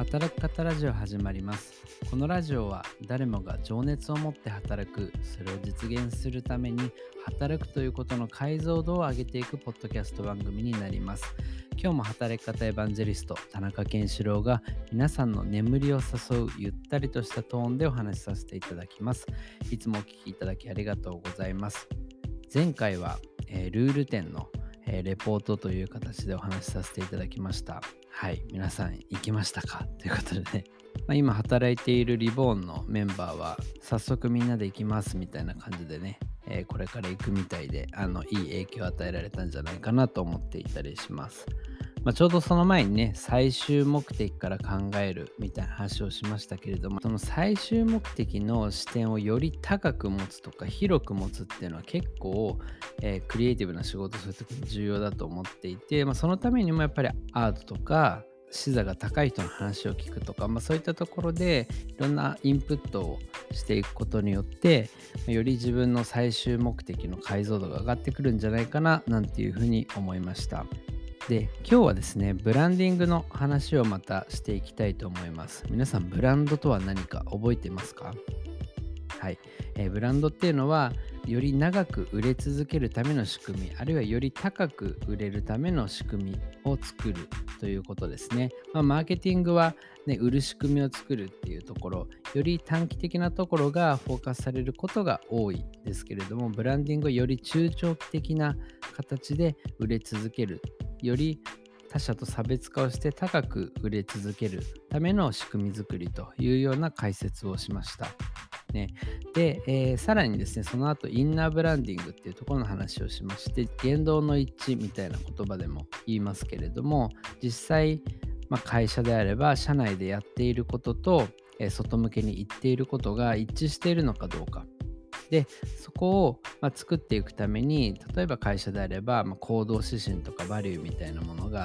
働き方ラジオ始まります。このラジオは誰もが情熱を持って働く、それを実現するために働くということの解像度を上げていくポッドキャスト番組になります。今日も働き方エヴァンジェリスト田中健志郎が皆さんの眠りを誘うゆったりとしたトーンでお話しさせていただきます。いつもお聞きいただきありがとうございます。前回は、ルール展のレポートという形でお話しさせていただきました。はい、皆さん行きましたかということでね、今働いているリボーンのメンバーは早速みんなで行きますみたいな感じでね、これから行くみたいで、いい影響を与えられたんじゃないかなと思っていたりします。ちょうどその前にね、最終目的から考えるみたいな話をしましたけれども、その最終目的の視点をより高く持つとか広く持つっていうのは結構、クリエイティブな仕事をするときに重要だと思っていて、そのためにもやっぱりアートとか視座が高い人の話を聞くとか、そういったところでいろんなインプットをしていくことによってより自分の最終目的の解像度が上がってくるんじゃないかななんていうふうに思いました。で、今日はですね、ブランディングの話をまたしていきたいと思います。皆さん、ブランドとは何か覚えてますか？はい、ブランドっていうのは、より長く売れ続けるための仕組み、あるいはより高く売れるための仕組みを作るということですね。マーケティングは、ね、売る仕組みを作るっていうところ、より短期的なところがフォーカスされることが多いですけれども、ブランディングはより中長期的な形で売れ続ける、より他社と差別化をして高く売れ続けるための仕組み作りというような解説をしました。ね、で、さらにですね、その後インナーブランディングっていうところの話をしまして、言動の一致みたいな言葉でも言いますけれども、実際、会社であれば社内でやっていることと、外向けに言っていることが一致しているのかどうか。で、そこを、作っていくために、例えば会社であれば、行動指針とかバリューみたいなものがあって、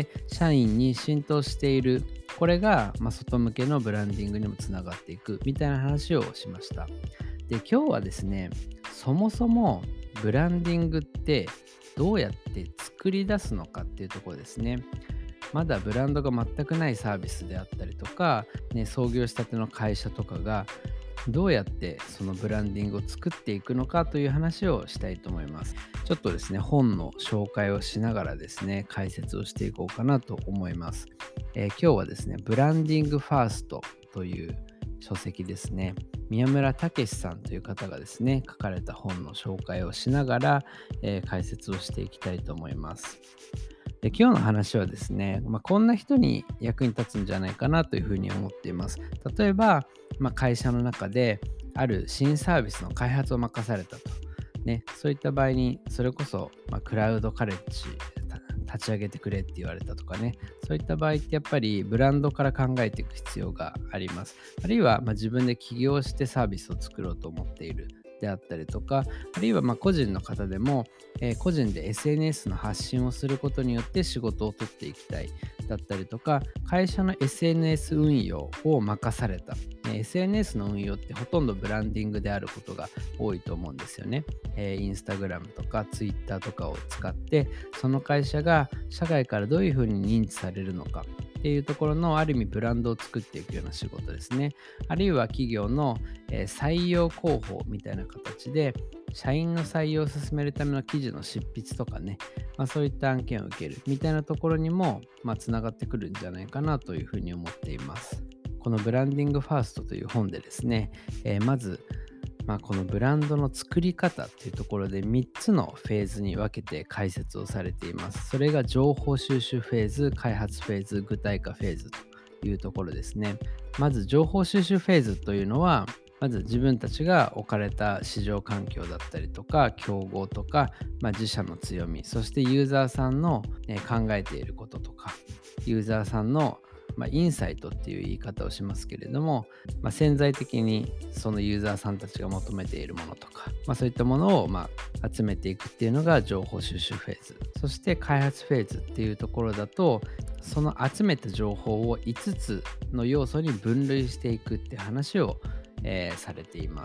社員に浸透している、これが、外向けのブランディングにもつながっていくみたいな話をしました。で、今日はですね、そもそもブランディングってどうやって作り出すのかっていうところですね。まだブランドが全くないサービスであったりとか、ね、創業したての会社とかがどうやってそのブランディングを作っていくのかという話をしたいと思います。ちょっとですね、本の紹介をしながらですね、解説をしていこうかなと思います。今日はですね、ブランディングファーストという書籍ですね、宮村武さんという方がですね、書かれた本の紹介をしながら、解説をしていきたいと思います。で、今日の話はですね、こんな人に役に立つんじゃないかなというふうに思っています。例えば、会社の中である新サービスの開発を任されたと。ね、そういった場合に、それこそ、クラウドカレッジ立ち上げてくれって言われたとかね、そういった場合ってやっぱりブランドから考えていく必要があります。あるいは、自分で起業してサービスを作ろうと思っているであったりとか、あるいは個人の方でも、個人で SNS の発信をすることによって仕事を取っていきたいだったりとか、会社の SNS 運用を任された、SNS の運用ってほとんどブランディングであることが多いと思うんですよね。インスタグラムとかツイッターとかを使ってその会社が社外からどういうふうに認知されるのかっていうところのある意味ブランドを作っていくような仕事ですね。あるいは企業の採用広報みたいな形で社員の採用を進めるための記事の執筆とかね、そういった案件を受けるみたいなところにもつながってくるんじゃないかなというふうに思っています。このブランディングファーストという本でですね、まずこのブランドの作り方っていうところで3つのフェーズに分けて解説をされています。それが情報収集フェーズ、開発フェーズ、具体化フェーズというところですね。まず情報収集フェーズというのは、まず自分たちが置かれた市場環境だったりとか、競合とか、自社の強み、そしてユーザーさんの、考えていることとか、ユーザーさんのインサイトっていう言い方をしますけれども、潜在的にそのユーザーさんたちが求めているものとか、そういったものを集めていくっていうのが情報収集フェーズ。そして開発フェーズっていうところだと、その集めた情報を5つの要素に分類していくって話を、されています。こ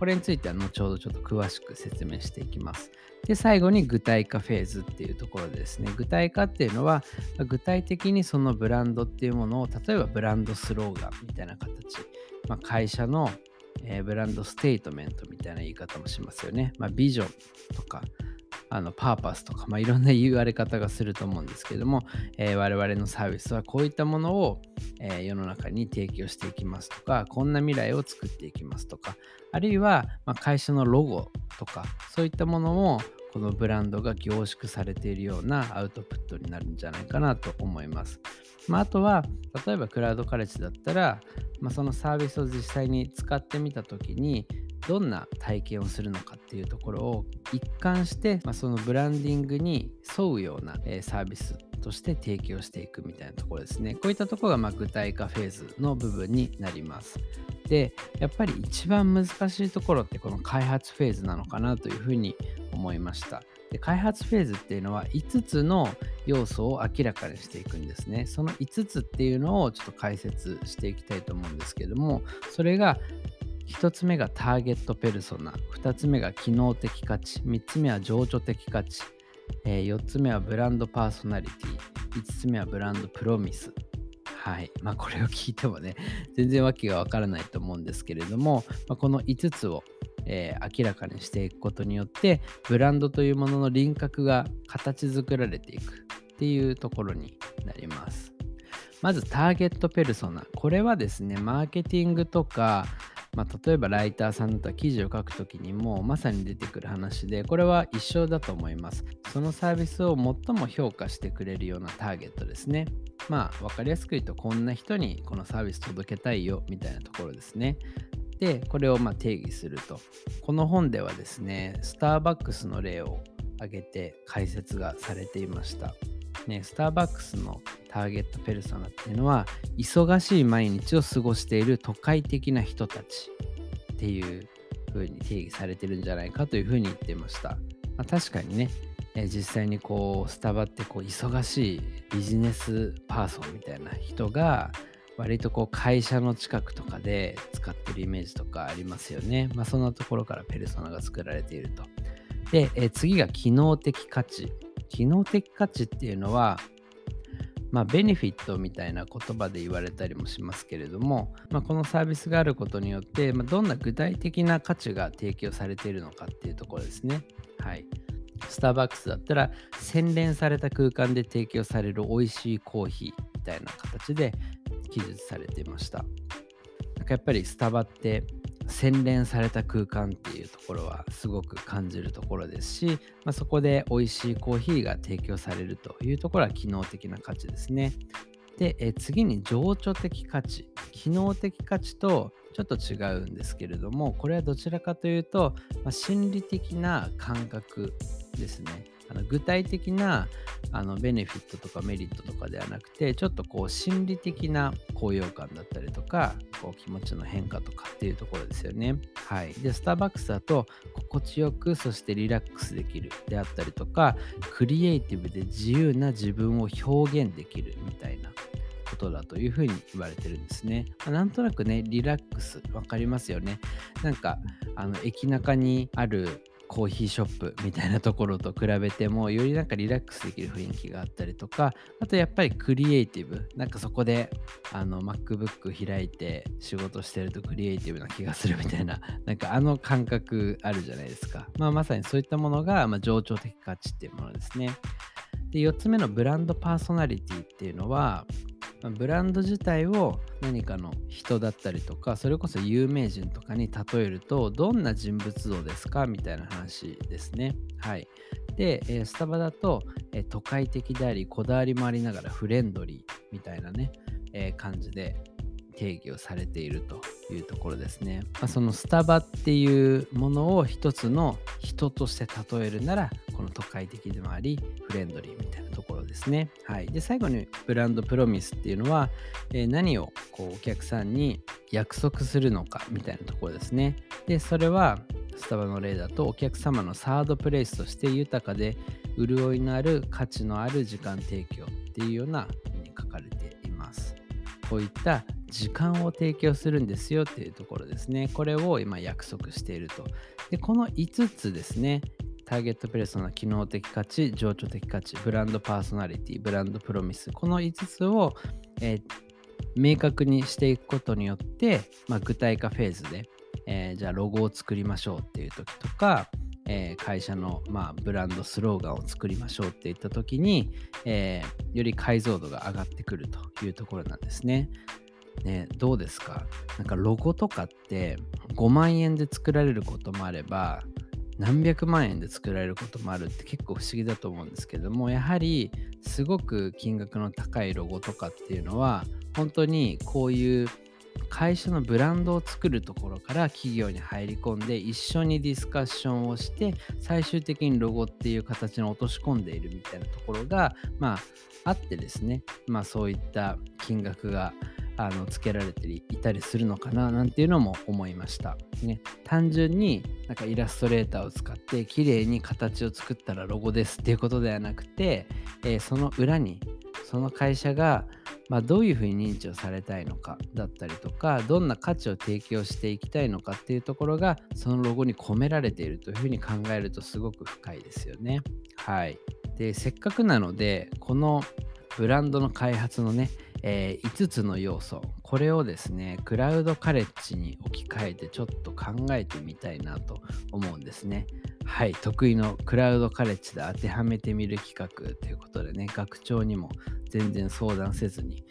これについては後ほどちょっと詳しく説明していきます。で、最後に具体化フェーズっていうところでですね、具体化っていうのは、具体的にそのブランドっていうものを、例えばブランドスローガンみたいな形、会社の、ブランドステートメントみたいな言い方もしますよね。ビジョンとか、パーパスとか、いろんな言われ方がすると思うんですけども、我々のサービスはこういったものを、世の中に提供していきますとか、こんな未来を作っていきますとか、あるいは、会社のロゴとか、そういったものもこのブランドが凝縮されているようなアウトプットになるんじゃないかなと思います。あとは、例えばクラウドカレッジだったら、そのサービスを実際に使ってみたときに、どんな体験をするのかっていうところを一貫して、そのブランディングに沿うような、サービスとして提供していくみたいなところですね。こういったところが具体化フェーズの部分になります。で、やっぱり一番難しいところってこの開発フェーズなのかなというふうに思いました。で、開発フェーズっていうのは5つの要素を明らかにしていくんですね。その5つっていうのをちょっと解説していきたいと思うんですけども、それが1つ目がターゲットペルソナ、2つ目が機能的価値、3つ目は情緒的価値、4つ目はブランドパーソナリティ、5つ目はブランドプロミス。はい。これを聞いてもね、全然わけがわからないと思うんですけれども、この5つを、明らかにしていくことによって、ブランドというものの輪郭が形作られていくっていうところになります。まずターゲットペルソナ。これはですね、マーケティングとか、例えばライターさんだったら記事を書くときにもまさに出てくる話で、これは一緒だと思います。そのサービスを最も評価してくれるようなターゲットですね。わかりやすく言うと、こんな人にこのサービス届けたいよみたいなところですね。で、これを定義すると。この本ではですね、スターバックスの例を挙げて解説がされていました。スターバックスのターゲットペルソナっていうのは、忙しい毎日を過ごしている都会的な人たちっていう風に定義されてるんじゃないかという風に言っていました。確かにね、実際にスタバって忙しいビジネスパーソンみたいな人が割と会社の近くとかで使ってるイメージとかありますよね。そんなところからペルソナが作られていると。で、次が機能的価値。機能的価値っていうのは、ベネフィットみたいな言葉で言われたりもしますけれども、このサービスがあることによって、どんな具体的な価値が提供されているのかっていうところですね。はい。スターバックスだったら、洗練された空間で提供される美味しいコーヒーみたいな形で記述されていました。やっぱりスタバって洗練された空間っていうところはすごく感じるところですし、そこで美味しいコーヒーが提供されるというところは機能的な価値ですね。で、次に情緒的価値。機能的価値とちょっと違うんですけれども、これはどちらかというと、心理的な感覚ですね。具体的なベネフィットとかメリットとかではなくて、ちょっと心理的な高揚感だったりとか、気持ちの変化とかっていうところですよね。はい。で、スターバックスだと心地よく、そしてリラックスできるであったりとか、クリエイティブで自由な自分を表現できるみたいなことだというふうに言われてるんですね。なんとなくね、リラックスわかりますよね。駅中にあるコーヒーショップみたいなところと比べてもよりリラックスできる雰囲気があったりとか、あとやっぱりクリエイティブ、そこでMacBook 開いて仕事してるとクリエイティブな気がするみたいな、感覚あるじゃないですか。まさにそういったものが、情緒的価値っていうものですね。で、4つ目のブランドパーソナリティっていうのは、ブランド自体を何かの人だったりとか、それこそ有名人とかに例えると、どんな人物像ですかみたいな話ですね。はい。で、スタバだと、都会的であり、こだわりもありながらフレンドリーみたいなね、感じで定義をされているというところですね。そのスタバっていうものを一つの人として例えるなら、この都会的でもありフレンドリーみたいなところですね。はい。で、最後にブランドプロミスっていうのは、何をお客さんに約束するのかみたいなところですね。で、それはスタバの例だと、お客様のサードプレイスとして豊かで潤いのある価値のある時間提供っていうような風に書かれています。こういった時間を提供するんですよっていうところですね。これを今約束していると。で、この5つですね。ターゲットペルソナ、機能的価値、情緒的価値、ブランドパーソナリティ、ブランドプロミス。この5つを、えー明確にしていくことによって、具体化フェーズで、じゃあロゴを作りましょうっていう時とか、会社の、ブランドスローガンを作りましょうっていった時に、より解像度が上がってくるというところなんですね。ね、どうですか？なんかロゴとかって5万円で作られることもあれば、何百万円で作られることもあるって結構不思議だと思うんですけども、やはりすごく金額の高いロゴとかっていうのは、本当にこういう会社のブランドを作るところから企業に入り込んで一緒にディスカッションをして最終的にロゴっていう形に落とし込んでいるみたいなところがあってですね、そういった金額がつけられていたりするのかななんていうのも思いました。ね、単純になんかイラストレーターを使って綺麗に形を作ったらロゴですっていうことではなくて、その裏にその会社がどういうふうに認知をされたいのかだったりとか、どんな価値を提供していきたいのかっていうところがそのロゴに込められているというふうに考えるとすごく深いですよね。はい。で、せっかくなのでこのブランドの開発のね、5つの要素、これをですねクラウドカレッジに置き換えてちょっと考えてみたいなと思うんですね。はい、得意のクラウドカレッジで当てはめてみる企画ということでね、学長にも全然相談せずに、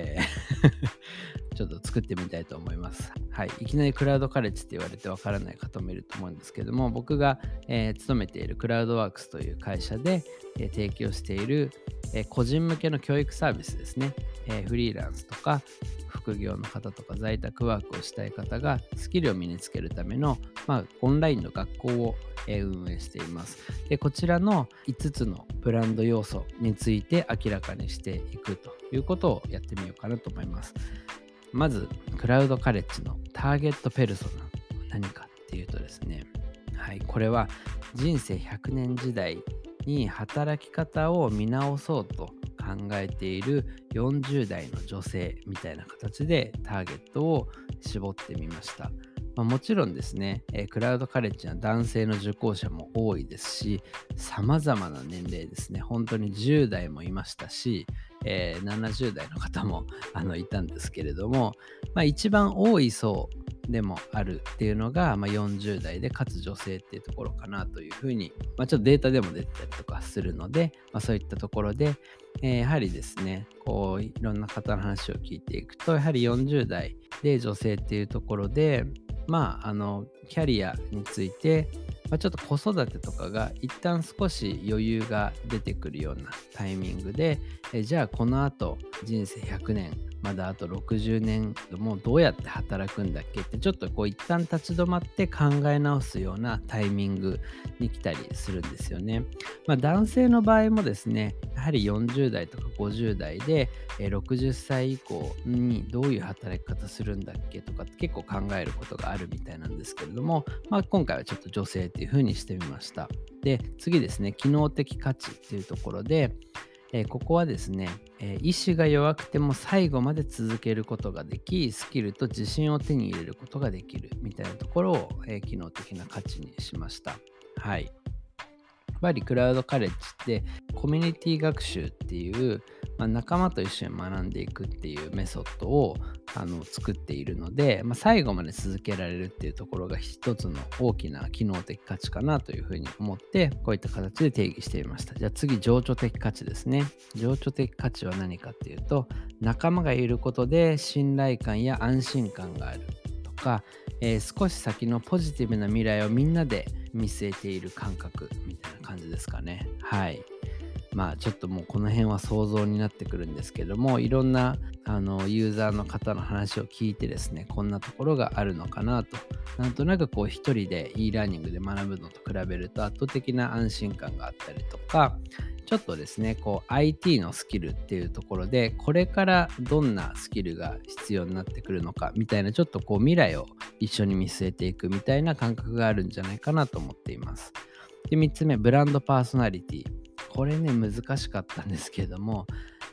ちょっと作ってみたいと思います。はい、いきなりクラウドカレッジって言われてわからない方もいると思うんですけども、僕が、勤めているクラウドワークスという会社で、提供している、個人向けの教育サービスですね。フリーランスとか副業の方とか在宅ワークをしたい方がスキルを身につけるための、オンラインの学校を、運営しています。で、こちらの5つのブランド要素について明らかにしていくということをやってみようかなと思います。まず、クラウドカレッジのターゲットペルソナは何かっていうとですね、はい、これは人生100年時代に働き方を見直そうと考えている40代の女性みたいな形でターゲットを絞ってみました。もちろんですね、クラウドカレッジは男性の受講者も多いですし、様々な年齢ですね、本当に10代もいましたし、70代の方もいたんですけれども、一番多い層でもあるっていうのが、40代でかつ女性っていうところかなというふうに、ちょっとデータでも出てたりとかするので、そういったところで、やはりですね、こういろんな方の話を聞いていくと、やはり40代で女性っていうところで、キャリアについて、ちょっと子育てとかが一旦少し余裕が出てくるようなタイミングで、じゃあこの後人生100年、まだあと60年もうどうやって働くんだっけってちょっとこう一旦立ち止まって考え直すようなタイミングに来たりするんですよね。男性の場合もですね、やはり40代とか50代で60歳以降にどういう働き方するんだっけとかって結構考えることがあるみたいなんですけれども、今回はちょっと女性っていう風にしてみました。で、次ですね、機能的価値っていうところで、ここはですね、意志が弱くても最後まで続けることができ、スキルと自信を手に入れることができるみたいなところを、機能的な価値にしました。はい。やっぱりクラウドカレッジってコミュニティ学習っていう、仲間と一緒に学んでいくっていうメソッドを作っているので、最後まで続けられるっていうところが一つの大きな機能的価値かなというふうに思ってこういった形で定義していました。じゃあ次、情緒的価値ですね。情緒的価値は何かっていうと、仲間がいることで信頼感や安心感があるとか、少し先のポジティブな未来をみんなで見据えている感覚みたいな感じですかね。はい。ちょっともうこの辺は想像になってくるんですけども、いろんなユーザーの方の話を聞いてですね、こんなところがあるのかなと、なんとなくこう一人で e ラーニングで学ぶのと比べると圧倒的な安心感があったりとか、ちょっとですね、こう IT のスキルっていうところで、これからどんなスキルが必要になってくるのかみたいな、ちょっとこう未来を一緒に見据えていくみたいな感覚があるんじゃないかなと思っています。で、3つ目、ブランドパーソナリティ。これね、難しかったんですけれども、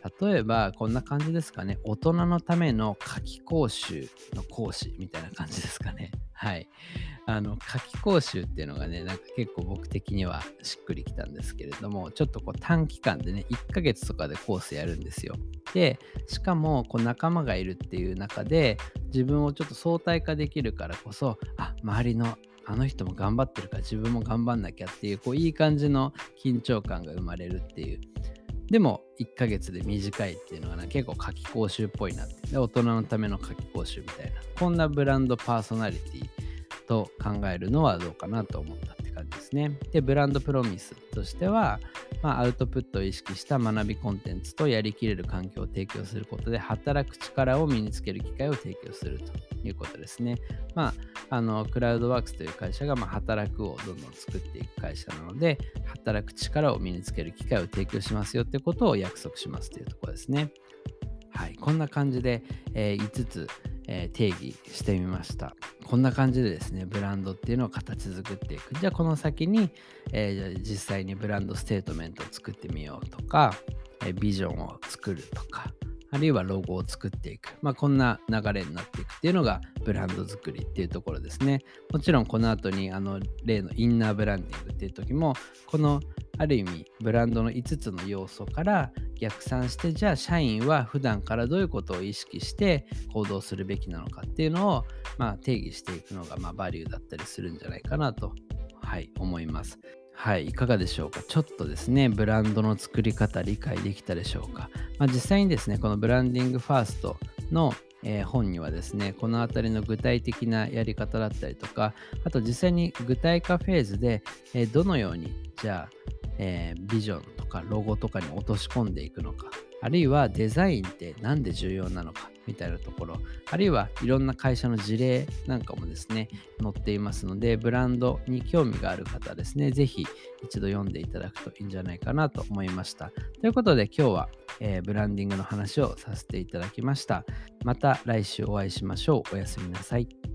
例えばこんな感じですかね。大人のための夏期講習の講師みたいな感じですかね。はい。夏期講習っていうのがね、なんか結構僕的にはしっくりきたんですけれども、ちょっとこう短期間でね、1ヶ月とかでコースやるんですよ。で、しかもこう仲間がいるっていう中で、自分をちょっと相対化できるからこそ、周りのあの人も頑張ってるから自分も頑張んなきゃっていう、こういい感じの緊張感が生まれるっていう。でも1ヶ月で短いっていうのが結構夏期講習っぽいなって。で、大人のための夏期講習みたいな。こんなブランドパーソナリティと考えるのはどうかなと思ったって感じですね。で、ブランドプロミスとしては、アウトプットを意識した学びコンテンツとやりきれる環境を提供することで、働く力を身につける機会を提供するということですね。クラウドワークスという会社が、働くをどんどん作っていく会社なので、働く力を身につける機会を提供しますよってことを約束しますというところですね。はい、こんな感じで、5つ、定義してみました。こんな感じでですね、ブランドっていうのを形作っていく。じゃあこの先に、じゃあ実際にブランドステートメントを作ってみようとか、ビジョンを作るとか、あるいはロゴを作っていく。こんな流れになっていくっていうのがブランド作りっていうところですね。もちろんこの後に例のインナーブランディングっていう時も、このある意味ブランドの5つの要素から逆算して、じゃあ社員は普段からどういうことを意識して行動するべきなのかっていうのを、定義していくのが、バリューだったりするんじゃないかなと、思います。はい、いかがでしょうか。ちょっとですね、ブランドの作り方理解できたでしょうか。実際にですね、このブランディングファーストの本にはですね、このあたりの具体的なやり方だったりとか、あと実際に具体化フェーズで、どのようにじゃあ、ビジョンとかロゴとかに落とし込んでいくのか、あるいはデザインってなんで重要なのかみたいなところ、あるいはいろんな会社の事例なんかもですね、載っていますので、ブランドに興味がある方ですね、ぜひ一度読んでいただくといいんじゃないかなと思いました。ということで今日は、ブランディングの話をさせていただきました。また来週お会いしましょう。おやすみなさい。